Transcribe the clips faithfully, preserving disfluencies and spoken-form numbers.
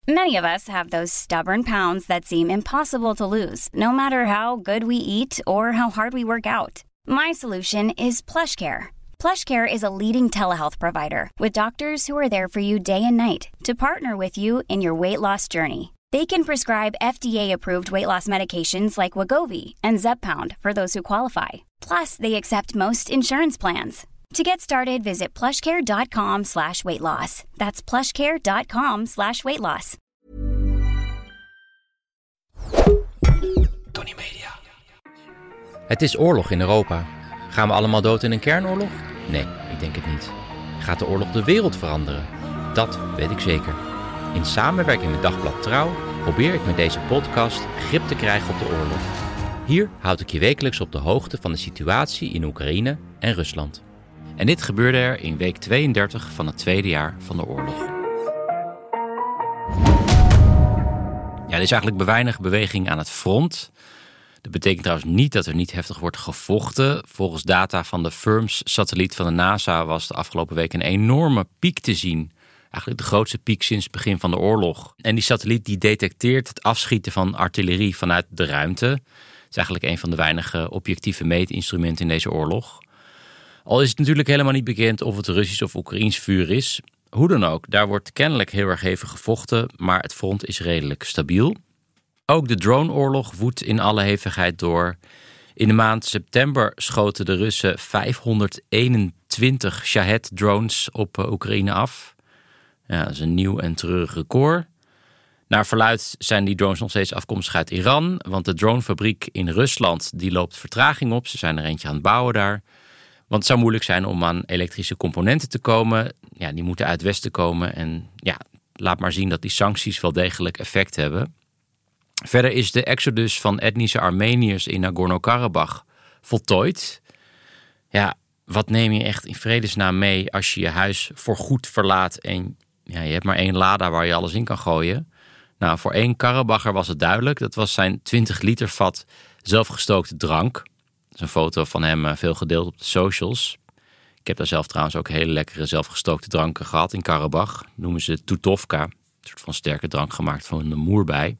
Many of us have those stubborn pounds that seem impossible to lose, no matter how good we eat or how hard we work out. My solution is PlushCare. PlushCare is a leading telehealth provider with doctors who are there for you day and night to partner with you in your weight loss journey. They can prescribe F D A-approved weight loss medications like Wegovy and Zepbound for those who qualify. Plus, they accept most insurance plans. To get started, visit plushcare.com slash weight loss. That's plushcare.com slash weight loss. Tony Media. Het is oorlog in Europa. Gaan we allemaal dood in een kernoorlog? Nee, ik denk het niet. Gaat de oorlog de wereld veranderen? Dat weet ik zeker. In samenwerking met Dagblad Trouw probeer ik met deze podcast grip te krijgen op de oorlog. Hier houd ik je wekelijks op de hoogte van de situatie in Oekraïne en Rusland. En dit gebeurde er in week tweeëndertig van het tweede jaar van de oorlog. Ja, er is eigenlijk weinig beweging aan het front. Dat betekent trouwens niet dat er niet heftig wordt gevochten. Volgens data van de FIRMS-satelliet van de NASA was de afgelopen week een enorme piek te zien. Eigenlijk de grootste piek sinds het begin van de oorlog. En die satelliet die detecteert het afschieten van artillerie vanuit de ruimte. Het is eigenlijk een van de weinige objectieve meetinstrumenten in deze oorlog. Al is het natuurlijk helemaal niet bekend of het Russisch of Oekraïens vuur is. Hoe dan ook, daar wordt kennelijk heel erg hevig gevochten, maar het front is redelijk stabiel. Ook de droneoorlog woedt in alle hevigheid door. In de maand september schoten de Russen vijfhonderdeenentwintig Shahed-drones op Oekraïne af. Ja, dat is een nieuw en treurig record. Naar verluidt zijn die drones nog steeds afkomstig uit Iran, want de dronefabriek in Rusland die loopt vertraging op. Ze zijn er eentje aan het bouwen daar. Want het zou moeilijk zijn om aan elektrische componenten te komen. Ja, die moeten uit het westen komen. En ja, laat maar zien dat die sancties wel degelijk effect hebben. Verder is de exodus van etnische Armeniërs in Nagorno-Karabakh voltooid. Ja, wat neem je echt in vredesnaam mee als je je huis voorgoed verlaat en ja, je hebt maar één lada waar je alles in kan gooien? Nou, voor één Karabacher was het duidelijk. Dat was zijn twintig liter vat zelfgestookte drank. Dat is een foto van hem, veel gedeeld op de socials. Ik heb daar zelf trouwens ook hele lekkere zelfgestookte dranken gehad in Karabach. Noemen ze Tutovka. Een soort van sterke drank gemaakt van een moerbei.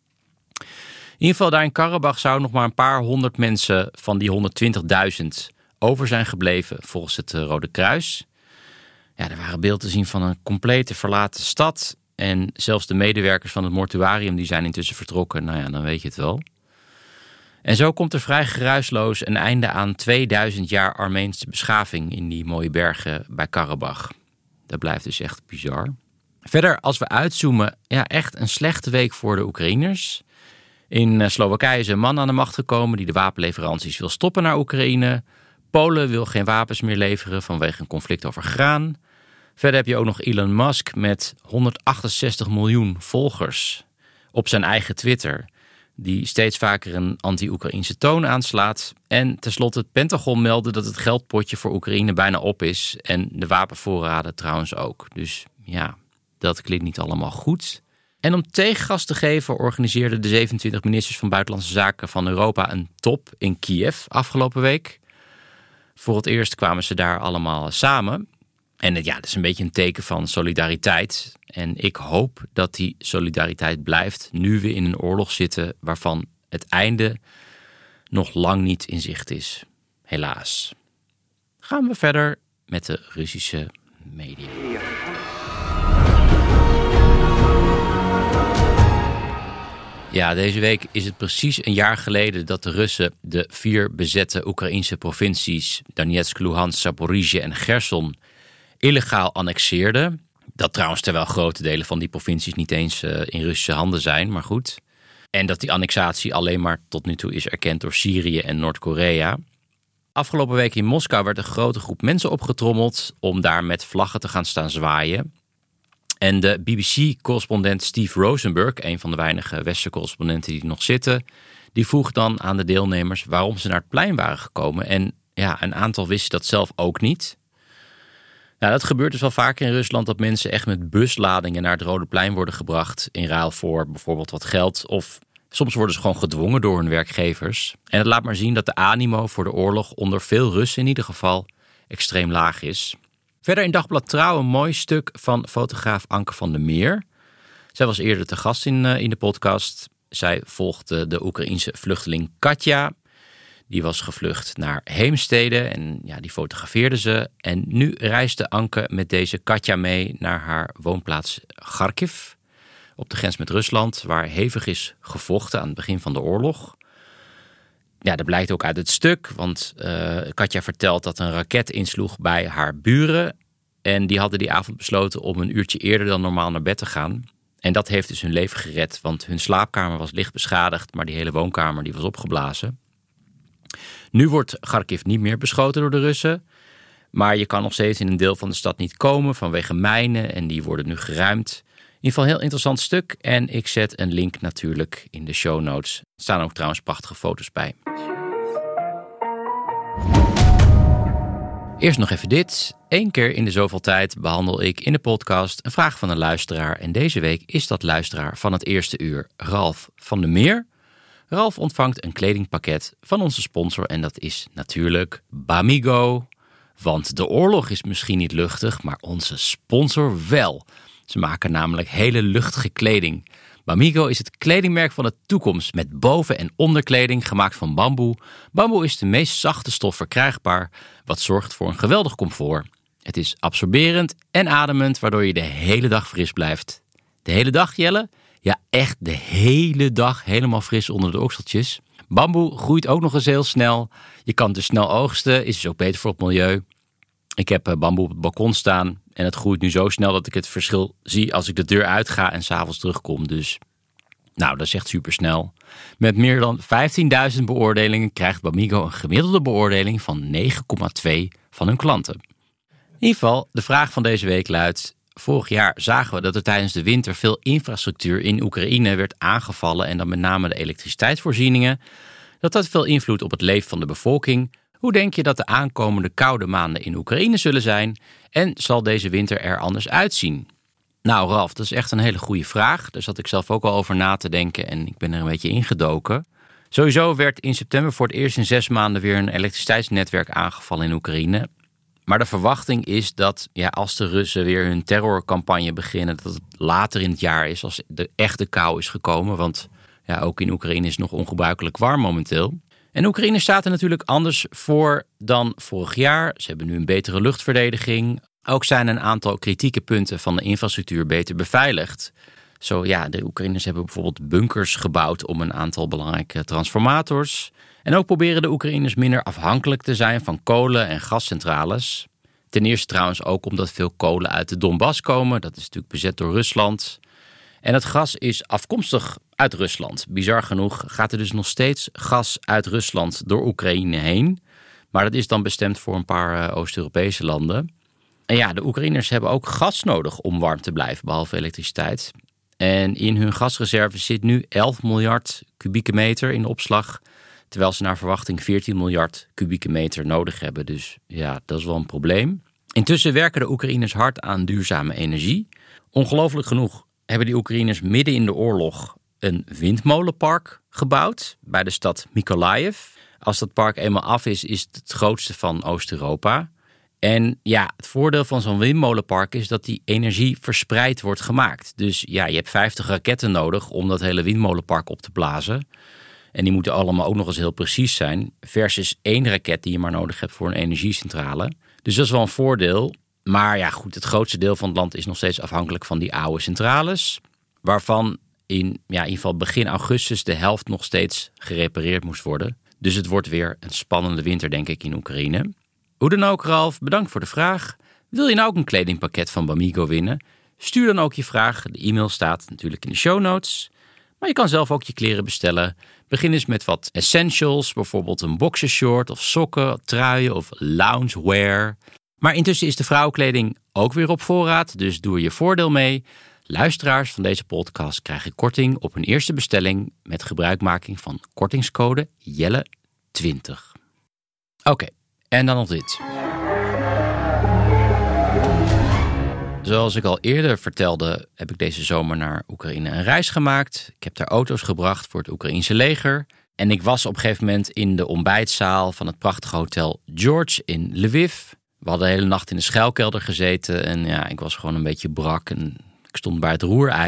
In ieder geval daar in Karabach zou nog maar een paar honderd mensen van die honderdtwintigduizend over zijn gebleven volgens het Rode Kruis. Ja, er waren beelden te zien van een complete verlaten stad. En zelfs de medewerkers van het mortuarium die zijn intussen vertrokken. Nou ja, dan weet je het wel. En zo komt er vrij geruisloos een einde aan tweeduizend jaar Armeense beschaving in die mooie bergen bij Karabach. Dat blijft dus echt bizar. Verder, als we uitzoomen, ja, echt een slechte week voor de Oekraïners. In Slowakije is een man aan de macht gekomen die de wapenleveranties wil stoppen naar Oekraïne. Polen wil geen wapens meer leveren vanwege een conflict over graan. Verder heb je ook nog Elon Musk met honderdachtenzestig miljoen volgers op zijn eigen Twitter, die steeds vaker een anti-Oekraïnse toon aanslaat. En tenslotte het Pentagon meldde dat het geldpotje voor Oekraïne bijna op is. En de wapenvoorraden trouwens ook. Dus ja, dat klinkt niet allemaal goed. En om tegengas te geven organiseerden de zevenentwintig ministers van Buitenlandse Zaken van Europa een top in Kiev afgelopen week. Voor het eerst kwamen ze daar allemaal samen. En ja, dat is een beetje een teken van solidariteit. En ik hoop dat die solidariteit blijft nu we in een oorlog zitten waarvan het einde nog lang niet in zicht is. Helaas. Gaan we verder met de Russische media. Ja, deze week is het precies een jaar geleden dat de Russen de vier bezette Oekraïnse provincies Donetsk, Luhansk, Zaporizhzhia en Gerson illegaal annexeerden. Dat trouwens terwijl grote delen van die provincies niet eens uh, in Russische handen zijn, maar goed. En dat die annexatie alleen maar tot nu toe is erkend door Syrië en Noord-Korea. Afgelopen week in Moskou werd een grote groep mensen opgetrommeld om daar met vlaggen te gaan staan zwaaien. En de B B C-correspondent Steve Rosenberg, een van de weinige westerse correspondenten die er nog zitten, die vroeg dan aan de deelnemers waarom ze naar het plein waren gekomen. En ja, een aantal wisten dat zelf ook niet. Nou, dat gebeurt dus wel vaker in Rusland, dat mensen echt met busladingen naar het Rode Plein worden gebracht in ruil voor bijvoorbeeld wat geld. Of soms worden ze gewoon gedwongen door hun werkgevers. En het laat maar zien dat de animo voor de oorlog onder veel Russen in ieder geval extreem laag is. Verder in Dagblad Trouw een mooi stuk van fotograaf Anke van der Meer. Zij was eerder te gast in, uh, in de podcast. Zij volgde de Oekraïense vluchteling Katja. Die was gevlucht naar Heemstede en ja, die fotografeerde ze. En nu reisde Anke met deze Katja mee naar haar woonplaats Kharkiv, op de grens met Rusland, waar hevig is gevochten aan het begin van de oorlog. Ja, dat blijkt ook uit het stuk, want uh, Katja vertelt dat een raket insloeg bij haar buren. En die hadden die avond besloten om een uurtje eerder dan normaal naar bed te gaan. En dat heeft dus hun leven gered, want hun slaapkamer was licht beschadigd, maar die hele woonkamer die was opgeblazen. Nu wordt Kharkiv niet meer beschoten door de Russen, maar je kan nog steeds in een deel van de stad niet komen vanwege mijnen en die worden nu geruimd. In ieder geval een heel interessant stuk en ik zet een link natuurlijk in de show notes. Er staan ook trouwens prachtige foto's bij. Eerst nog even dit. Eén keer in de zoveel tijd behandel ik in de podcast een vraag van een luisteraar. En deze week is dat luisteraar van het eerste uur, Ralf van der Meer. Ralf ontvangt een kledingpakket van onze sponsor en dat is natuurlijk Bamigo. Want de oorlog is misschien niet luchtig, maar onze sponsor wel. Ze maken namelijk hele luchtige kleding. Bamigo is het kledingmerk van de toekomst met boven- en onderkleding gemaakt van bamboe. Bamboe is de meest zachte stof verkrijgbaar, wat zorgt voor een geweldig comfort. Het is absorberend en ademend, waardoor je de hele dag fris blijft. De hele dag, Jelle? Ja, echt de hele dag helemaal fris onder de okseltjes. Bamboe groeit ook nog eens heel snel. Je kan het dus snel oogsten, is dus ook beter voor het milieu. Ik heb bamboe op het balkon staan en het groeit nu zo snel dat ik het verschil zie als ik de deur uitga en 's avonds terugkom. Dus nou, dat is echt supersnel. Met meer dan vijftienduizend beoordelingen krijgt Bamigo een gemiddelde beoordeling van negen komma twee van hun klanten. In ieder geval, de vraag van deze week luidt: vorig jaar zagen we dat er tijdens de winter veel infrastructuur in Oekraïne werd aangevallen en dan met name de elektriciteitsvoorzieningen. Dat had veel invloed op het leven van de bevolking. Hoe denk je dat de aankomende koude maanden in Oekraïne zullen zijn? En zal deze winter er anders uitzien? Nou Ralf, dat is echt een hele goede vraag. Daar zat ik zelf ook al over na te denken en ik ben er een beetje ingedoken. Sowieso werd in september voor het eerst in zes maanden weer een elektriciteitsnetwerk aangevallen in Oekraïne. Maar de verwachting is dat ja, als de Russen weer hun terrorcampagne beginnen, dat het later in het jaar is als de echte kou is gekomen. Want ja, ook in Oekraïne is het nog ongebruikelijk warm momenteel. En Oekraïne staat er natuurlijk anders voor dan vorig jaar. Ze hebben nu een betere luchtverdediging. Ook zijn een aantal kritieke punten van de infrastructuur beter beveiligd. Zo ja, de Oekraïners hebben bijvoorbeeld bunkers gebouwd om een aantal belangrijke transformators. En ook proberen de Oekraïners minder afhankelijk te zijn van kolen- en gascentrales. Ten eerste trouwens ook omdat veel kolen uit de Donbass komen. Dat is natuurlijk bezet door Rusland. En het gas is afkomstig uit Rusland. Bizar genoeg gaat er dus nog steeds gas uit Rusland door Oekraïne heen. Maar dat is dan bestemd voor een paar uh, Oost-Europese landen. En ja, de Oekraïners hebben ook gas nodig om warm te blijven, behalve elektriciteit. En in hun gasreserve zit nu elf miljard kubieke meter in opslag, terwijl ze naar verwachting veertien miljard kubieke meter nodig hebben. Dus ja, dat is wel een probleem. Intussen werken de Oekraïners hard aan duurzame energie. Ongelooflijk genoeg hebben die Oekraïners midden in de oorlog een windmolenpark gebouwd bij de stad Mykolaiv. Als dat park eenmaal af is, is het het grootste van Oost-Europa. En ja, het voordeel van zo'n windmolenpark is dat die energie verspreid wordt gemaakt. Dus ja, je hebt vijftig raketten nodig om dat hele windmolenpark op te blazen. En die moeten allemaal ook nog eens heel precies zijn. Versus één raket die je maar nodig hebt voor een energiecentrale. Dus dat is wel een voordeel. Maar ja, goed, het grootste deel van het land is nog steeds afhankelijk van die oude centrales. Waarvan in, ja, in ieder geval begin augustus de helft nog steeds gerepareerd moest worden. Dus het wordt weer een spannende winter, denk ik, in Oekraïne. Hoe dan ook, Ralf, bedankt voor de vraag. Wil je nou ook een kledingpakket van Bamigo winnen? Stuur dan ook je vraag. De e-mail staat natuurlijk in de show notes. Maar je kan zelf ook je kleren bestellen. Begin eens met wat essentials, bijvoorbeeld een boxershort of sokken, truien of loungewear. Maar intussen is de vrouwenkleding ook weer op voorraad, dus doe er je voordeel mee. Luisteraars van deze podcast krijgen korting op hun eerste bestelling met gebruikmaking van kortingscode Jelle twintig. Oké, okay, en dan nog dit. Zoals ik al eerder vertelde, heb ik deze zomer naar Oekraïne een reis gemaakt. Ik heb daar auto's gebracht voor het Oekraïense leger. En ik was op een gegeven moment in de ontbijtzaal van het prachtige hotel George in Lviv. We hadden de hele nacht in de schuilkelder gezeten en ja, ik was gewoon een beetje brak en ik stond bij het roerei.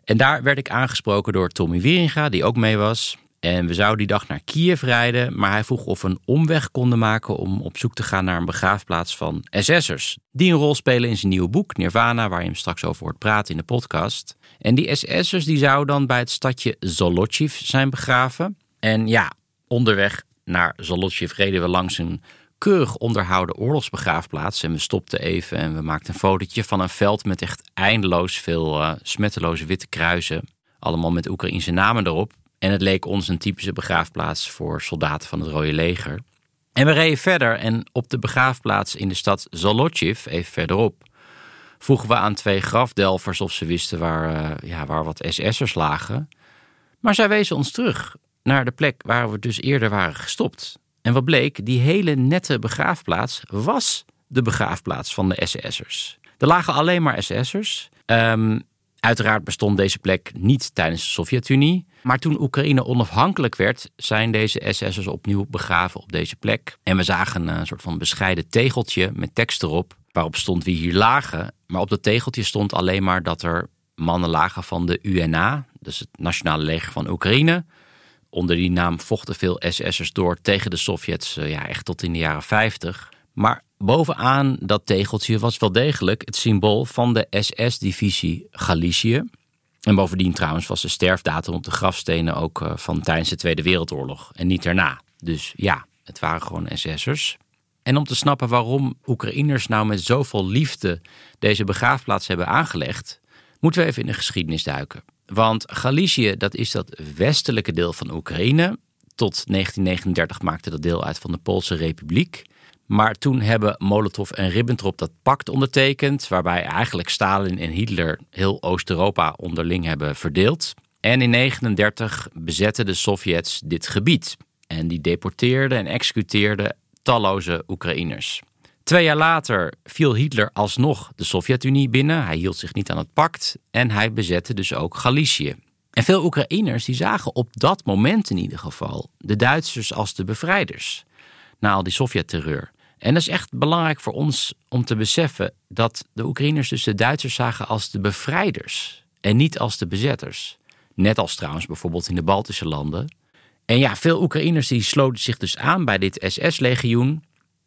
En daar werd ik aangesproken door Tommy Wieringa, die ook mee was. En we zouden die dag naar Kiev rijden, maar hij vroeg of we een omweg konden maken om op zoek te gaan naar een begraafplaats van S S'ers. Die een rol spelen in zijn nieuwe boek, Nirvana, waar je hem straks over hoort praten in de podcast. En die S S'ers die zouden dan bij het stadje Zolochiv zijn begraven. En ja, onderweg naar Zolochiv reden we langs een keurig onderhouden oorlogsbegraafplaats. En we stopten even en we maakten een fotootje van een veld met echt eindeloos veel uh, smetteloze witte kruisen. Allemaal met Oekraïense namen erop. En het leek ons een typische begraafplaats voor soldaten van het Rode Leger. En we reden verder en op de begraafplaats in de stad Zolochiv, even verderop, vroegen we aan twee grafdelvers of ze wisten waar, uh, ja, waar wat S S'ers lagen. Maar zij wezen ons terug naar de plek waar we dus eerder waren gestopt. En wat bleek, die hele nette begraafplaats was de begraafplaats van de S S'ers. Er lagen alleen maar S S'ers. Um, uiteraard bestond deze plek niet tijdens de Sovjet-Unie. Maar toen Oekraïne onafhankelijk werd, zijn deze S S'ers opnieuw begraven op deze plek. En we zagen een soort van bescheiden tegeltje met tekst erop, waarop stond wie hier lagen. Maar op dat tegeltje stond alleen maar dat er mannen lagen van de U N A, dus het Nationale Leger van Oekraïne. Onder die naam vochten veel S S'ers door tegen de Sovjets, ja, echt tot in de jaren vijftig. Maar bovenaan dat tegeltje was wel degelijk het symbool van de S S-divisie Galicië. En bovendien trouwens was de sterfdatum op de grafstenen ook van tijdens de Tweede Wereldoorlog en niet daarna. Dus ja, het waren gewoon S S'ers. En om te snappen waarom Oekraïners nou met zoveel liefde deze begraafplaats hebben aangelegd, moeten we even in de geschiedenis duiken. Want Galicië, dat is dat westelijke deel van Oekraïne. Tot negentien negenendertig maakte dat deel uit van de Poolse Republiek. Maar toen hebben Molotov en Ribbentrop dat pact ondertekend, waarbij eigenlijk Stalin en Hitler heel Oost-Europa onderling hebben verdeeld. En in negentien negenendertig bezetten de Sovjets dit gebied. En die deporteerden en executeerden talloze Oekraïners. Twee jaar later viel Hitler alsnog de Sovjet-Unie binnen. Hij hield zich niet aan het pact en hij bezette dus ook Galicië. En veel Oekraïners die zagen op dat moment in ieder geval de Duitsers als de bevrijders na al die Sovjet-terreur. En dat is echt belangrijk voor ons om te beseffen dat de Oekraïners dus de Duitsers zagen als de bevrijders en niet als de bezetters. Net als trouwens bijvoorbeeld in de Baltische landen. En ja, veel Oekraïners die sloten zich dus aan bij dit S S-legioen.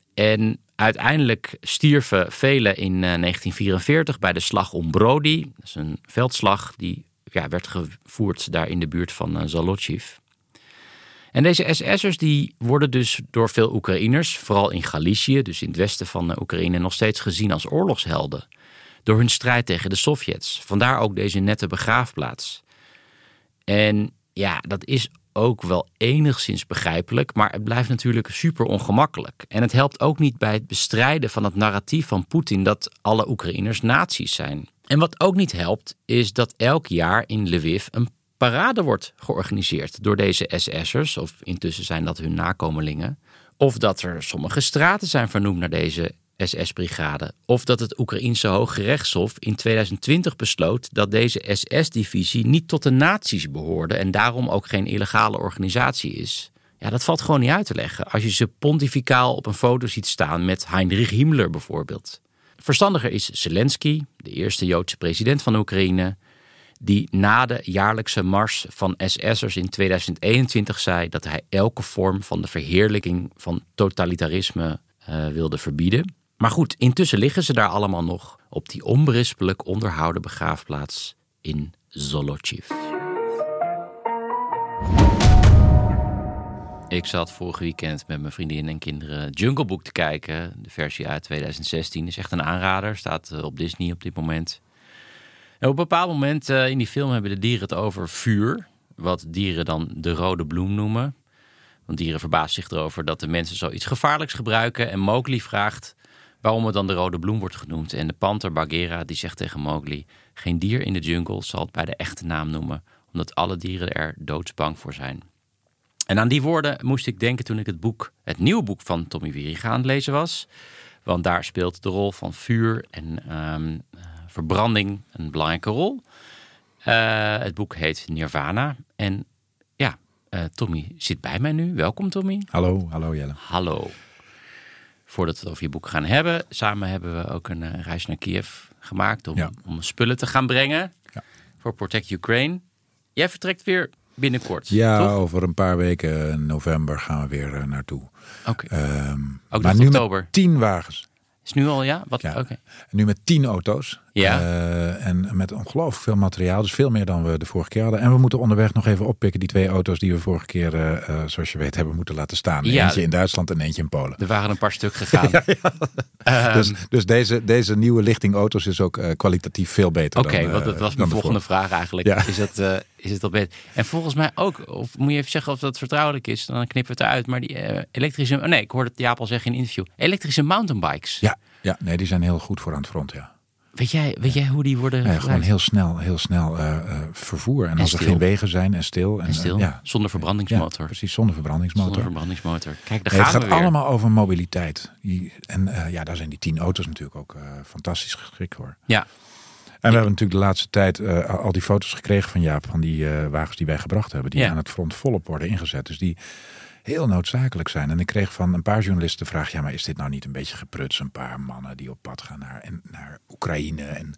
En uiteindelijk stierven velen in negentien vierenveertig bij de slag om Brody. Dat is een veldslag die ja, werd gevoerd daar in de buurt van Zolochiv. En deze S S'ers die worden dus door veel Oekraïners, vooral in Galicië, dus in het westen van Oekraïne, nog steeds gezien als oorlogshelden. Door hun strijd tegen de Sovjets. Vandaar ook deze nette begraafplaats. En ja, dat is ook wel enigszins begrijpelijk, maar het blijft natuurlijk super ongemakkelijk. En het helpt ook niet bij het bestrijden van het narratief van Poetin dat alle Oekraïners nazi's zijn. En wat ook niet helpt, is dat elk jaar in Lviv een parade wordt georganiseerd door deze S S'ers, of intussen zijn dat hun nakomelingen. Of dat er sommige straten zijn vernoemd naar deze S S-brigade. Of dat het Oekraïense Hooggerechtshof in tweeduizend twintig besloot dat deze S S-divisie niet tot de nazi's behoorde en daarom ook geen illegale organisatie is. Ja, dat valt gewoon niet uit te leggen als je ze pontificaal op een foto ziet staan met Heinrich Himmler bijvoorbeeld. Verstandiger is Zelensky, de eerste Joodse president van Oekraïne, die na de jaarlijkse mars van S S'ers in tweeduizend eenentwintig zei dat hij elke vorm van de verheerlijking van totalitarisme uh, wilde verbieden. Maar goed, intussen liggen ze daar allemaal nog op die onberispelijk onderhouden begraafplaats in Zolochiv. Ik zat vorig weekend met mijn vriendin en kinderen Jungle Book te kijken. De versie uit tweeduizend zestien is echt een aanrader. Staat op Disney op dit moment. En op een bepaald moment uh, in die film hebben de dieren het over vuur. Wat dieren dan de rode bloem noemen. Want dieren verbazen zich erover dat de mensen zoiets gevaarlijks gebruiken. En Mowgli vraagt waarom het dan de rode bloem wordt genoemd. En de panter Bagheera die zegt tegen Mowgli: geen dier in de jungle zal het bij de echte naam noemen, omdat alle dieren er doodsbang voor zijn. En aan die woorden moest ik denken toen ik het boek, het nieuwe boek van Tommy Wieringa aan het lezen was. Want daar speelt de rol van vuur en um, verbranding een belangrijke rol. Uh, het boek heet Nirvana. En ja, uh, Tommy zit bij mij nu. Welkom, Tommy. Hallo, hallo Jelle. Hallo. Voordat we het over je boek gaan hebben, samen hebben we ook een uh, reis naar Kiev gemaakt om, ja. om spullen te gaan brengen. Ja. voor Protect Ukraine. Jij vertrekt weer binnenkort, Ja, toch? over een paar weken in november gaan we weer uh, naartoe. Oké. Okay. Um, Ook maar nog nu oktober. met tien wagens. Is nu al, ja? Wat? Ja. Oké. Okay. Nu met tien auto's. Ja. Uh, en met ongelooflijk veel materiaal. Dus veel meer dan we de vorige keer hadden. En we moeten onderweg nog even oppikken. Die twee auto's die we vorige keer, uh, uh, zoals je weet, hebben moeten laten staan. Ja. Eentje in Duitsland en eentje in Polen. Er waren een paar stuk gegaan. ja, ja. Um, dus dus deze, deze nieuwe lichting auto's is ook uh, kwalitatief veel beter. Oké, okay, uh, want dat was mijn volgende vraag eigenlijk. Ja. Is, het, uh, is het al beter? En volgens mij ook, of moet je even zeggen of dat vertrouwelijk is. Dan knippen we het eruit. Maar die uh, elektrische, oh nee, ik hoorde het Jaap al zeggen in een interview. Elektrische mountainbikes. Ja. Ja, nee, die zijn heel goed voor aan het front, ja. Weet jij, weet jij hoe die worden ja, gewoon heel snel, heel snel uh, uh, vervoer. En, en als stil. er geen wegen zijn en stil. En, en stil, uh, ja. zonder verbrandingsmotor. Ja, precies, zonder verbrandingsmotor. Zonder verbrandingsmotor. Kijk, daar nee, gaan het we gaat weer. allemaal over mobiliteit. Die, en uh, ja, daar zijn die tien auto's natuurlijk ook uh, fantastisch geschikt voor. Ja. En we ja. hebben natuurlijk de laatste tijd uh, al die foto's gekregen van Jaap, van die uh, wagens die wij gebracht hebben. Die ja. aan het front volop worden ingezet. Dus die heel noodzakelijk zijn. En ik kreeg van een paar journalisten de vraag, ja, maar is dit nou niet een beetje gepruts? Een paar mannen die op pad gaan naar, en, naar Oekraïne. En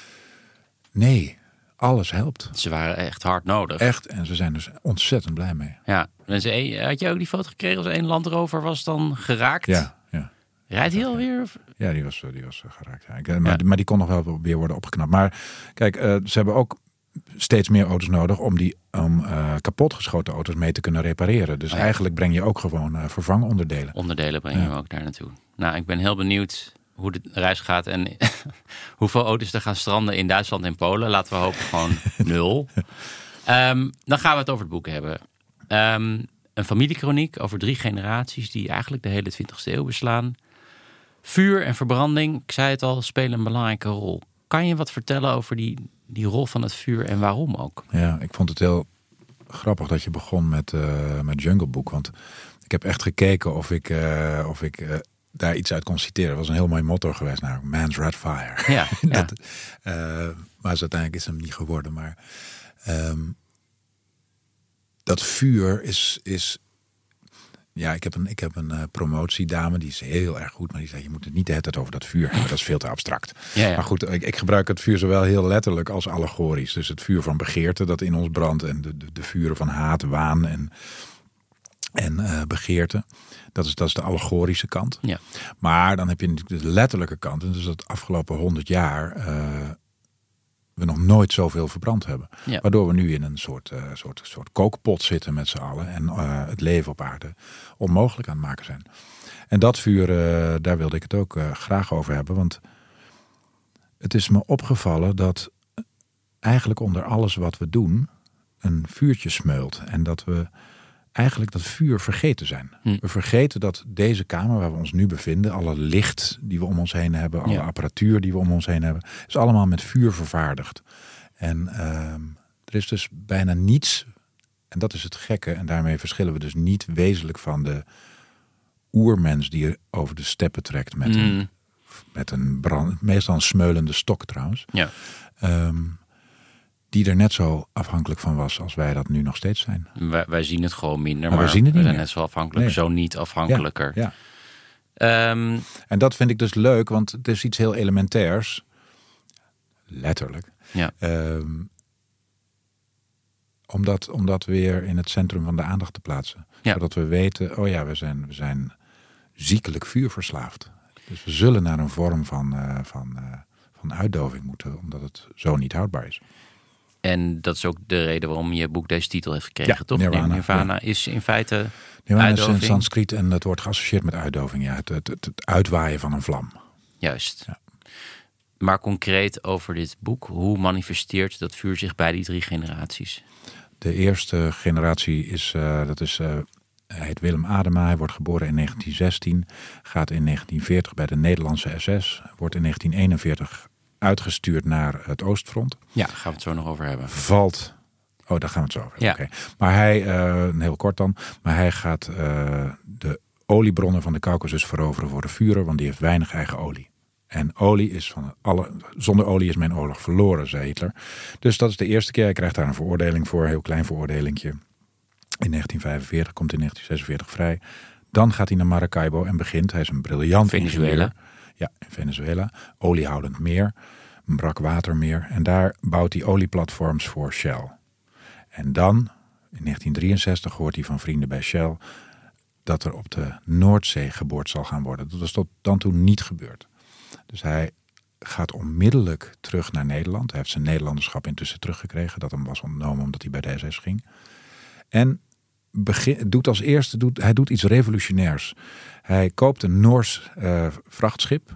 nee, alles helpt. Ze waren echt hard nodig. Echt, en ze zijn dus ontzettend blij mee. Ja, en ze, had je ook die foto gekregen als één Land Rover was dan geraakt? Ja, ja. Rijdt hij alweer? Of? Ja, die was, die was geraakt. Ja. Ik, maar, ja. maar die kon nog wel weer worden opgeknapt. Maar kijk, uh, ze hebben ook steeds meer auto's nodig om die om uh, kapotgeschoten auto's mee te kunnen repareren. Dus oh ja. eigenlijk breng je ook gewoon uh, vervangonderdelen. Onderdelen breng je ja. ook daar naartoe. Nou, ik ben heel benieuwd hoe de reis gaat en hoeveel auto's er gaan stranden in Duitsland en Polen. Laten we hopen gewoon nul. Um, dan gaan we het over het boek hebben. Um, een familiekroniek over drie generaties die eigenlijk de hele twintigste eeuw beslaan. Vuur en verbranding, ik zei het al, spelen een belangrijke rol. Kan je wat vertellen over die, die rol van het vuur en waarom ook? Ja, ik vond het heel grappig dat je begon met, uh, met Jungle Book. Want ik heb echt gekeken of ik, uh, of ik uh, daar iets uit kon citeren. Dat was een heel mooi motto geweest. Nou, Man's Red Fire. Ja, dat, uh, maar uiteindelijk is hem niet geworden. Maar um, dat vuur is... is Ja, ik heb een, ik heb een uh, promotiedame, die is heel erg goed. Maar die zei, je moet het niet de hele tijd over dat vuur hebben. Dat is veel te abstract. Ja, ja. Maar goed, ik, ik gebruik het vuur zowel heel letterlijk als allegorisch. Dus het vuur van begeerte dat in ons brandt. En de, de, de vuren van haat, waan en, en uh, begeerte. Dat is, dat is de allegorische kant. Ja. Maar dan heb je natuurlijk de letterlijke kant. En dus dat de afgelopen honderd jaar... Uh, we nog nooit zoveel verbrand hebben. Ja. Waardoor we nu in een soort, uh, soort, soort kookpot zitten met z'n allen. En uh, het leven op aarde onmogelijk aan het maken zijn. En dat vuur, uh, daar wilde ik het ook uh, graag over hebben. Want het is me opgevallen dat eigenlijk onder alles wat we doen... een vuurtje smeult. En dat we eigenlijk dat vuur vergeten zijn. Hm. We vergeten dat deze kamer waar we ons nu bevinden... alle licht die we om ons heen hebben... alle ja. apparatuur die we om ons heen hebben... is allemaal met vuur vervaardigd. En uh, er is dus bijna niets... en dat is het gekke... en daarmee verschillen we dus niet wezenlijk van de oermens... die over de steppen trekt met hm. een, met een brand... meestal een smeulende stok trouwens... Ja. Um, die er net zo afhankelijk van was als wij dat nu nog steeds zijn. Wij, wij zien het gewoon minder, maar, maar we, zien het we niet zijn meer. net zo afhankelijk, nee. zo niet afhankelijker. Ja, ja. Um, en dat vind ik dus leuk, want het is iets heel elementairs. Letterlijk. Ja. Um, om, dat, om dat weer in het centrum van de aandacht te plaatsen. Ja. Zodat we weten, oh ja, we zijn, we zijn ziekelijk vuurverslaafd. Dus we zullen naar een vorm van, uh, van, uh, van uitdoving moeten, omdat het zo niet houdbaar is. En dat is ook de reden waarom je boek deze titel heeft gekregen, ja, toch? Nirvana, Nirvana ja. is in feite Nirvana uitdoving. is in Sanskriet en dat wordt geassocieerd met uitdoving. Ja, het, het, het, het uitwaaien van een vlam. Juist. Ja. Maar concreet over dit boek, hoe manifesteert dat vuur zich bij die drie generaties? De eerste generatie is, uh, dat is, uh, hij heet Willem Adema. Hij wordt geboren in negentien zestien, gaat in negentien veertig bij de Nederlandse S S, wordt in negentien eenenveertig uitgestuurd naar het Oostfront. Ja, gaan we het zo nog over hebben. Valt, oh daar gaan we het zo over hebben. Ja. Okay. Maar hij, uh, heel kort dan, maar hij gaat uh, de oliebronnen van de Caucasus veroveren voor de Führer, want die heeft weinig eigen olie. En olie is van alle, zonder olie is mijn oorlog verloren, zei Hitler. Dus dat is de eerste keer. Hij krijgt daar een veroordeling voor, een heel klein veroordelingje. In negentien vijfenveertig, komt in negentien zesenveertig vrij. Dan gaat hij naar Maracaibo en begint. Hij is een briljant Venezuela. ingenieur. Ja, in Venezuela. Oliehoudend meer. een brak watermeer. En daar bouwt hij olieplatforms voor Shell. En dan, in negentien drieënzestig, hoort hij van vrienden bij Shell dat er op de Noordzee geboord zal gaan worden. Dat was tot dan toe niet gebeurd. Dus hij gaat onmiddellijk terug naar Nederland. Hij heeft zijn Nederlanderschap intussen teruggekregen. Dat hem was ontnomen omdat hij bij de S S ging. En begin, doet als eerste, doet, hij doet iets revolutionairs. Hij koopt een Noors uh, vrachtschip.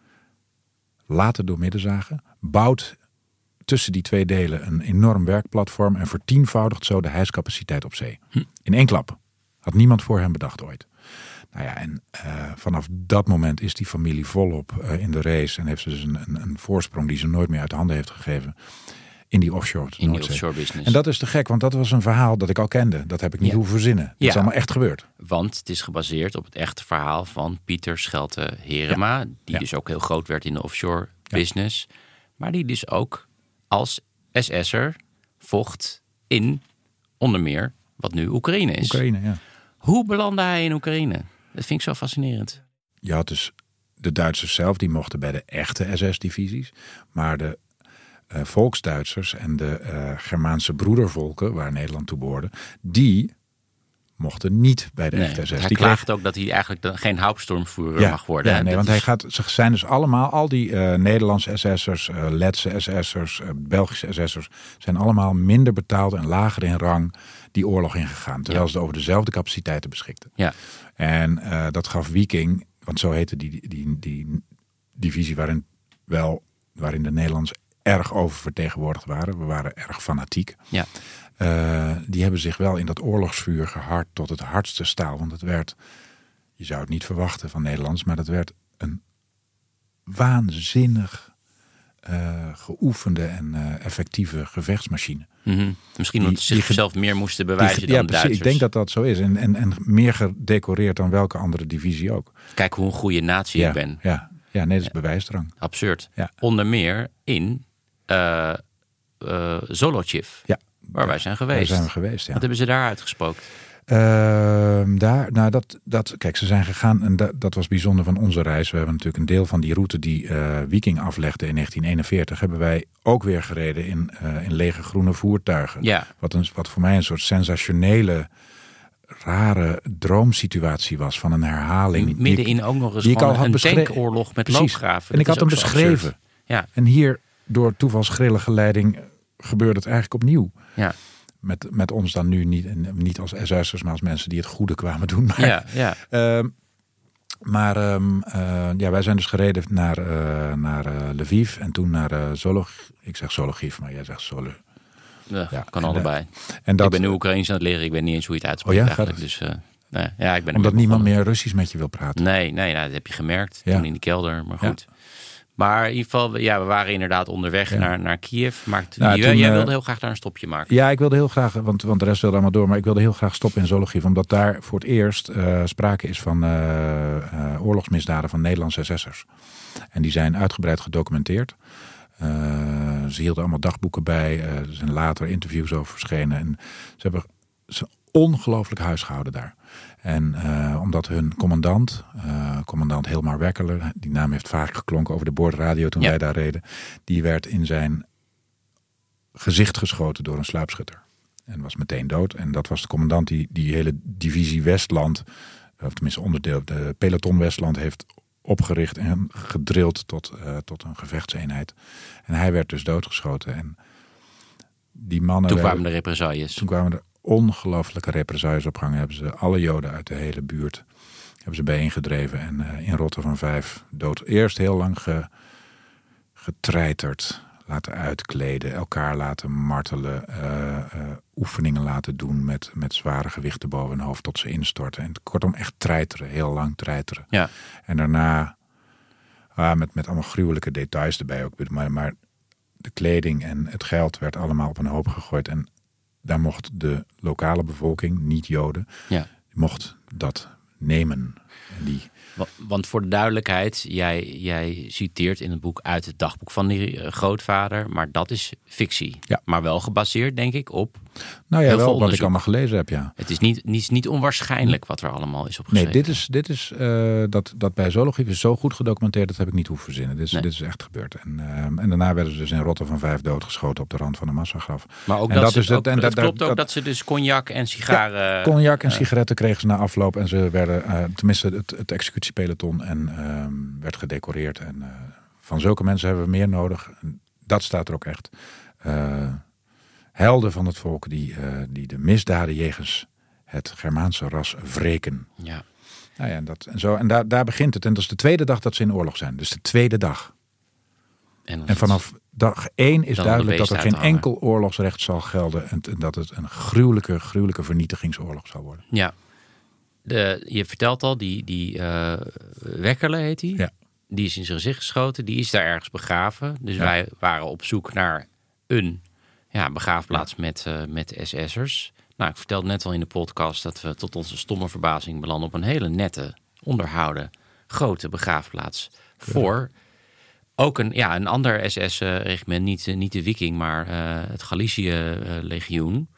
Later door middenzagen. Bouwt tussen die twee delen een enorm werkplatform. En vertienvoudigt zo de hijscapaciteit op zee. Hm. In één klap. Had niemand voor hem bedacht ooit. Nou ja, en uh, vanaf dat moment is die familie volop uh, in de race. En heeft ze dus een, een, een voorsprong die ze nooit meer uit handen heeft gegeven. In die offshore, in die offshore business. En dat is te gek, want dat was een verhaal dat ik al kende. Dat heb ik niet ja. hoeven verzinnen. Dat ja. is allemaal echt gebeurd. Want het is gebaseerd op het echte verhaal van Pieter Schelte Herema. Ja. Die ja. dus ook heel groot werd in de offshore ja. business. Maar die dus ook als S S'er vocht in onder meer wat nu Oekraïne is. Oekraïne, ja. Hoe belandde hij in Oekraïne? Dat vind ik zo fascinerend. Je had dus de Duitsers zelf, die mochten bij de echte S S-divisies. Maar de uh, Volksduitsers en de uh, Germaanse broedervolken, waar Nederland toe behoorde, die mochten niet bij de nee, echte S S. Hij die klaagt kreeg... ook dat hij eigenlijk geen hauptstormvoerder ja, mag worden. Ja, nee, dat want is... hij gaat, ze zijn dus allemaal, al die uh, Nederlandse S S'ers, uh, Letse S S'ers, uh, Belgische S S'ers, zijn allemaal minder betaald en lager in rang die oorlog ingegaan. Terwijl ja. ze over dezelfde capaciteiten beschikten. Ja. En uh, dat gaf Viking, want zo heette die, die, die, die divisie waarin, wel, waarin de Nederlanders erg oververtegenwoordigd waren. We waren erg fanatiek. Ja. Uh, die hebben zich wel in dat oorlogsvuur gehard tot het hardste staal. Want het werd, je zou het niet verwachten van Nederlands, maar dat werd een waanzinnig uh, geoefende en uh, effectieve gevechtsmachine. Mm-hmm. Misschien omdat ze zichzelf meer moesten bewijzen die, dan ja, de precies, Duitsers. Ik denk dat dat zo is. En, en, en meer gedecoreerd dan welke andere divisie ook. Kijk hoe een goede natie ja, ik ben. Ja, ja nee, dat is bewijsdrang. Absurd. Ja. Onder meer in uh, uh, Zolochiv. Ja. Waar ja, wij zijn geweest. Daar zijn we geweest, ja. Wat hebben ze daar uitgesproken? Uh, daar, nou dat, dat, kijk, ze zijn gegaan en dat, dat was bijzonder van onze reis. We hebben natuurlijk een deel van die route die uh, Viking aflegde in negentien eenenveertig... hebben wij ook weer gereden in, uh, in lege groene voertuigen. Ja. Wat, een, wat voor mij een soort sensationele, rare droomsituatie was van een herhaling. Middenin ook nog eens gewoon een beschre- tankoorlog met Precies. loopgraven. En ik had hem beschreven. Ja. En hier, door toevalsgrille leiding, gebeurde het eigenlijk opnieuw. Ja. Met, met ons dan nu niet, niet als S S'ers, maar als mensen die het goede kwamen doen. Maar, ja, ja. Uh, maar um, uh, ja, wij zijn dus gereden naar, uh, naar uh, Lviv en toen naar uh, Zolog. Ik zeg Zolochiv, maar jij zegt Zolo. Ja, ja, kan en, allebei. En dat, ik ben nu Oekraïens aan het leren, ik weet niet eens hoe je het uitspreekt. Oh ja, eigenlijk. Dus, uh, nee, ja, ik ben Omdat niemand meer Russisch met je wil praten. Nee, nee nou, dat heb je gemerkt ja. toen in die kelder, maar goed. Ja. Maar in ieder geval, ja, we waren inderdaad onderweg ja. naar, naar Kiev. Maar toen, nou, toen, jij wilde heel graag daar een stopje maken. Ja, ik wilde heel graag, want, want de rest wilde allemaal door. Maar ik wilde heel graag stoppen in Zolochiv. Omdat daar voor het eerst uh, sprake is van uh, uh, oorlogsmisdaden van Nederlandse S S'ers. En die zijn uitgebreid gedocumenteerd. Uh, ze hielden allemaal dagboeken bij. Uh, er zijn later interviews over verschenen. En ze hebben ze ongelooflijk huisgehouden daar. En uh, omdat hun commandant, uh, commandant Hilmar Wekkeler, die naam heeft vaak geklonken over de boordradio toen ja. wij daar reden, die werd in zijn gezicht geschoten door een sluipschutter. En was meteen dood. En dat was de commandant die die hele divisie Westland, of tenminste onderdeel, de peloton Westland heeft opgericht en gedrild tot, uh, tot een gevechtseenheid. En hij werd dus doodgeschoten. En die mannen... Toen kwamen de represailles. Toen kwamen er ongelooflijke represailles op gang. Hebben ze alle Joden uit de hele buurt hebben ze bijeengedreven en uh, in rotten van vijf dood. Eerst heel lang ge, getreiterd, laten uitkleden, elkaar laten martelen, uh, uh, oefeningen laten doen met, met zware gewichten boven hun hoofd tot ze instorten. En kortom echt treiteren, heel lang treiteren. Ja. En daarna ah, met, met allemaal gruwelijke details erbij ook. Maar, maar de kleding en het geld werd allemaal op een hoop gegooid. En daar mocht de lokale bevolking, niet Joden, ja. mocht dat nemen. En die... Want voor de duidelijkheid, jij, jij citeert in het boek uit het dagboek van die grootvader, maar dat is fictie. Ja. Maar wel gebaseerd, denk ik, op Nou ja, Heel veel wel wat ik onderzoek. allemaal gelezen heb, ja. Het is niet, niet, niet onwaarschijnlijk wat er allemaal is opgeschreven. Nee, dit is, dit is uh, dat, dat bij zoologie is zo goed gedocumenteerd, dat heb ik niet hoeven verzinnen. Dit is, Nee. dit is echt gebeurd. En, uh, en daarna werden ze dus in Rotterdam van vijf doodgeschoten op de rand van een massagraf. Maar ook en dat, dat ze, is het, ook, en het dat, klopt dat, ook dat, dat ze dus cognac en sigaren... Ja, cognac en uh, sigaretten kregen ze na afloop. En ze werden, uh, tenminste het, het executiepeloton, en uh, werd gedecoreerd. En uh, van zulke mensen hebben we meer nodig. En dat staat er ook echt. Uh, helden van het volk die, uh, die de misdaden jegens het Germaanse ras wreken. Ja. Nou ja, en, dat, en, zo, en daar, daar begint het. En dat is de tweede dag dat ze in oorlog zijn. Dus de tweede dag. En, En vanaf dag één is Dan duidelijk de dat er beesten geen uit te enkel oorlogsrecht zal gelden. En, en dat het een gruwelijke, gruwelijke vernietigingsoorlog zal worden. Ja. De, je vertelt al, die, die uh, Wekkerle heet die. Ja. Die is in zijn gezicht geschoten. Die is daar ergens begraven. Dus Ja. wij waren op zoek naar een ja, begraafplaats ja. met, uh, met S S'ers. Nou, ik vertelde net al in de podcast dat we tot onze stomme verbazing belanden op een hele nette, onderhouden, grote begraafplaats. Ja. Voor ook een, ja, een ander S S-regiment, niet, niet de Viking, maar uh, het Galicië-legioen.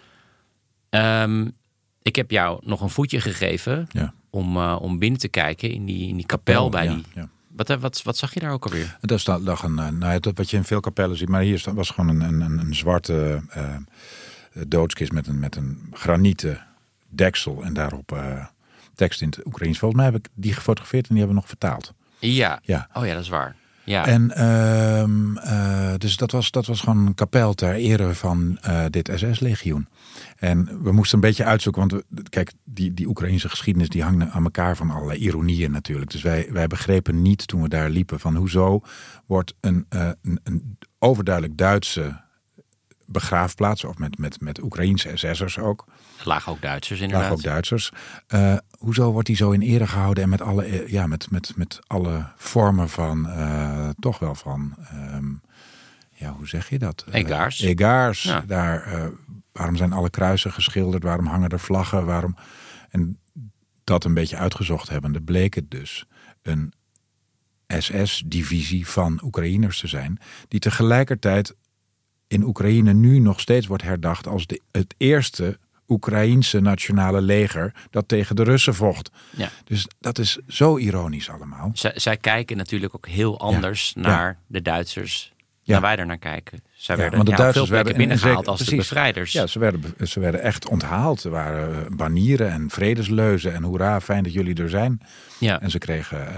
Uh, um, ik heb jou nog een voetje gegeven ja. om, uh, om binnen te kijken in die, in die kapel, kapel bij ja, die... Ja. Wat, wat, wat zag je daar ook alweer? Dat lag een, nou, dat wat je in veel kapellen ziet, maar hier was gewoon een, een, een zwarte uh, doodskist met een, met een granieten deksel en daarop uh, tekst in het Oekraïens. Volgens mij heb ik die gefotografeerd en die hebben we nog vertaald. Ja, ja. Oh ja, dat is waar. Ja. En uh, uh, dus dat was, dat was gewoon een kapel ter ere van uh, dit S S-legioen. En we moesten een beetje uitzoeken, want we, kijk, die, die Oekraïnse geschiedenis die hangt aan elkaar van allerlei ironieën natuurlijk. Dus wij, wij begrepen niet toen we daar liepen van hoezo wordt een, uh, een, een overduidelijk Duitse begraafplaats, of met, met, met Oekraïense S S'ers ook. Er lagen ook Duitsers inderdaad. Lagen ook Duitsers. Uh, hoezo wordt die zo in ere gehouden en met alle, ja, met, met, met alle vormen van, uh, toch wel van, um, ja, hoe zeg je dat? Egaars. Uh, Egaars. Ja. Daar, uh, waarom zijn alle kruisen geschilderd? Waarom hangen er vlaggen? Waarom? En dat een beetje uitgezocht hebbende bleek het dus een S S-divisie van Oekraïners te zijn, die tegelijkertijd in Oekraïne nu nog steeds wordt herdacht als de, het eerste Oekraïense nationale leger dat tegen de Russen vocht. Ja. Dus dat is zo ironisch allemaal. Zij, zij kijken natuurlijk ook heel anders ja. naar ja. de Duitsers ja. dan wij er naar kijken. Zij ja, werden want de ja, Duitsers veel werden binnengehaald zeker, als precies. de bevrijders. Ja, ze werden, ze werden echt onthaald. Er waren banieren en vredesleuzen en hoera, fijn dat jullie er zijn. Ja. En ze kregen... Uh,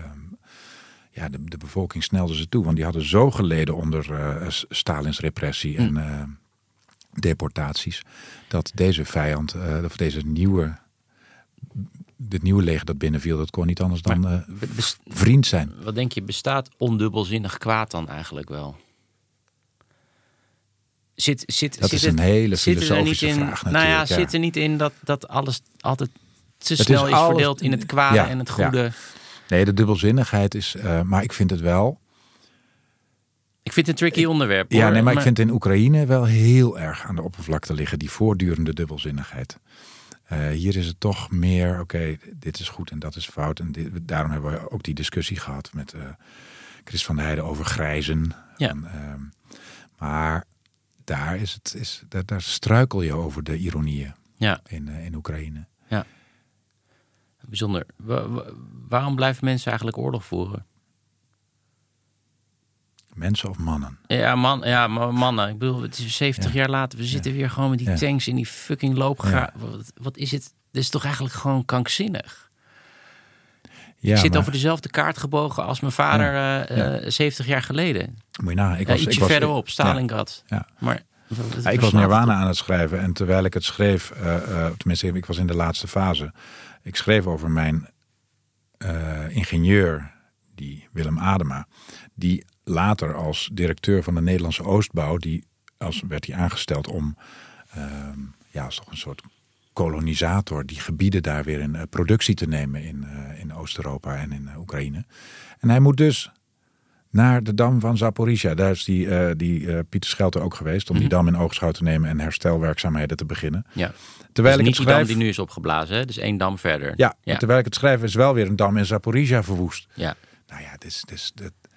Ja, de, de bevolking snelde ze toe. Want die hadden zo geleden onder uh, Stalins repressie en uh, deportaties. Dat deze vijand, uh, of deze nieuwe, dit nieuwe leger dat binnenviel, dat kon niet anders dan uh, best, vriend zijn. Wat denk je, bestaat ondubbelzinnig kwaad dan eigenlijk wel? Zit, zit, dat zit is het, een hele filosofische in, vraag natuurlijk. Nou ja, ja. zit er niet in dat, dat alles altijd te het snel is, is alles, verdeeld in het kwade ja, en het goede? Ja. Nee, de dubbelzinnigheid is... Uh, maar ik vind het wel... Ik vind het een tricky ik, onderwerp. Ja, hoor. nee, maar maar ik vind in Oekraïne wel heel erg aan de oppervlakte liggen. Die voortdurende dubbelzinnigheid. Uh, hier is het toch meer... Oké, okay, dit is goed en dat is fout. En dit, daarom hebben we ook die discussie gehad met uh, Chris van der Heijden over grijzen. Ja. En, uh, maar daar, is het, is, daar, daar struikel je over de ironieën ja. in, uh, in Oekraïne. Ja. Bijzonder. Wa- wa- waarom blijven mensen eigenlijk oorlog voeren? Mensen of mannen? Ja, man, ja mannen. Ik bedoel, het is zeventig ja. jaar later. We zitten ja. weer gewoon met die ja. tanks in die fucking loopgraaf. Ja. Wat, wat is het? Dit is toch eigenlijk gewoon krankzinnig? Ja, ik zit maar... over dezelfde kaart gebogen als mijn vader ja. uh, ja. zeventig jaar geleden. Moet je na, ik was, uh, ietsje ik was, verderop, Stalingrad. Ja. Ja. Maar... Ja, ik was Nirvana aan het schrijven en terwijl ik het schreef, uh, uh, tenminste ik was in de laatste fase. Ik schreef over mijn uh, ingenieur, die Willem Adema, die later als directeur van de Nederlandse Oostbouw, die als werd hij aangesteld om, uh, ja, als toch een soort kolonisator, die gebieden daar weer in uh, productie te nemen in, uh, in Oost-Europa en in uh, Oekraïne. En hij moet dus naar de dam van Zaporizhia. Daar is die, uh, die uh, Pieter Schelten ook geweest om mm-hmm. die dam in oogschouw te nemen en herstelwerkzaamheden te beginnen. Ja. Terwijl dus ik niet het die schrijf... dam die nu is opgeblazen, hè? Dus één dam verder. Ja, ja. terwijl ik het schrijf is wel weer een dam in Zaporizhia verwoest. Ja. Nou ja, dus, dus, dat...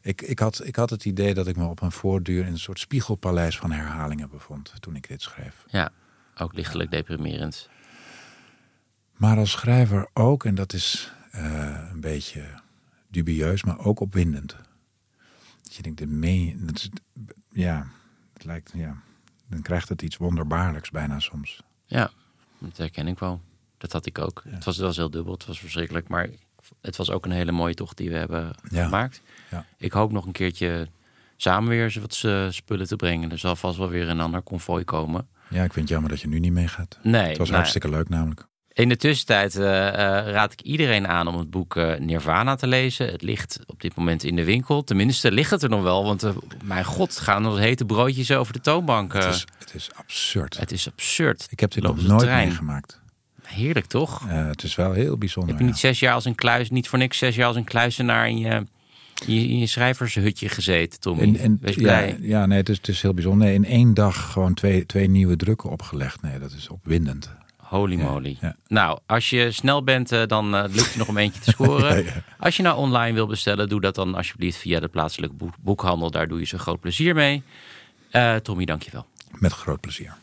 Ik, ik, had, ik had het idee dat ik me op een voortduur in een soort spiegelpaleis van herhalingen bevond toen ik dit schreef. Ja, ook lichtelijk deprimerend. Maar als schrijver ook, en dat is uh, een beetje dubieus, maar ook opwindend. Dat je denkt, de mee, dat is, ja, het lijkt, ja, dan krijgt het iets wonderbaarlijks bijna soms. Ja, dat herken ik wel. Dat had ik ook. Ja. Het was, het was heel dubbel, het was verschrikkelijk, maar het was ook een hele mooie tocht die we hebben Ja. gemaakt. Ja. Ik hoop nog een keertje samen weer eens wat uh, spullen te brengen. Er zal vast wel weer een ander konvooi komen. Ja, ik vind het jammer dat je nu niet meegaat. Nee, Het was nou, hartstikke leuk namelijk. In de tussentijd uh, uh, raad ik iedereen aan om het boek uh, Nirvana te lezen. Het ligt op dit moment in de winkel. Tenminste, ligt het er nog wel. Want uh, mijn god, gaan ons hete broodjes over de toonbank. Uh, Het is, het is absurd. het is absurd. Ik heb dit Lopen nog ze nooit trein. meegemaakt. Heerlijk, toch? Uh, het is wel heel bijzonder. Heb je niet ja. zes jaar als een kluis, niet voor niks zes jaar als een kluizenaar in je, in je, in je schrijvershutje gezeten, Tommy? En, en, Wees ja, blij. ja, nee, het is, het is heel bijzonder. Nee, in één dag gewoon twee, twee nieuwe drukken opgelegd. Nee, dat is opwindend. Holy Ja, moly. ja. Nou, als je snel bent, uh, dan uh, lukt het nog om eentje te scoren. Ja, ja. Als je nou online wil bestellen, doe dat dan alsjeblieft via de plaatselijke boek- boekhandel. Daar doe je zo groot plezier mee. Uh, Tommy, dankjewel. Met groot plezier.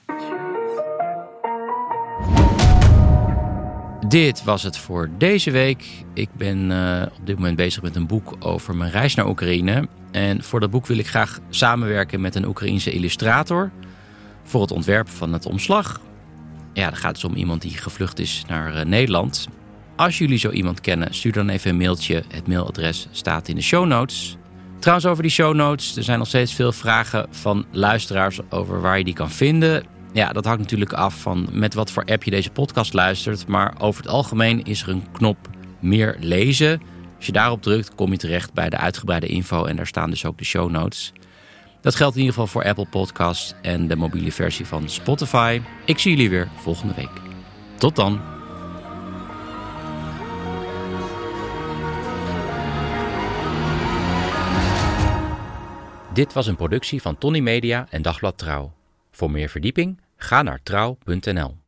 Dit was het voor deze week. Ik ben uh, op dit moment bezig met een boek over mijn reis naar Oekraïne. En voor dat boek wil ik graag samenwerken met een Oekraïense illustrator voor het ontwerpen van het omslag. Ja, dan gaat het om iemand die gevlucht is naar uh, Nederland. Als jullie zo iemand kennen, stuur dan even een mailtje. Het mailadres staat in de show notes. Trouwens, over die show notes, er zijn nog steeds veel vragen van luisteraars over waar je die kan vinden. Ja, dat hangt natuurlijk af van met wat voor app je deze podcast luistert. Maar over het algemeen is er een knop meer lezen. Als je daarop drukt, kom je terecht bij de uitgebreide info. En daar staan dus ook de show notes. Dat geldt in ieder geval voor Apple Podcasts en de mobiele versie van Spotify. Ik zie jullie weer volgende week. Tot dan. Dit was een productie van Tony Media en Dagblad Trouw. Voor meer verdieping, ga naar trouw punt n l.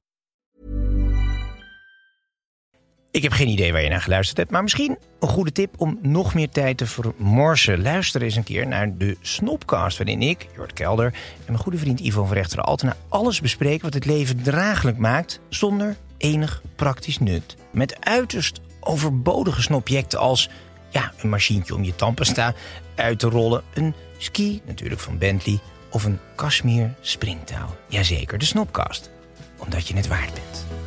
Ik heb geen idee waar je naar geluisterd hebt, maar misschien een goede tip om nog meer tijd te vermorsen. Luister eens een keer naar de Snopcast, waarin ik, Jort Kelder en mijn goede vriend Ivo van Rechteren Altena alles bespreken wat het leven draaglijk maakt zonder enig praktisch nut. Met uiterst overbodige snobjecten als ja, een machientje om je tandpasta uit te rollen, een ski natuurlijk van Bentley of een Kashmir springtouw. Jazeker, de Snopcast, omdat je het waard bent.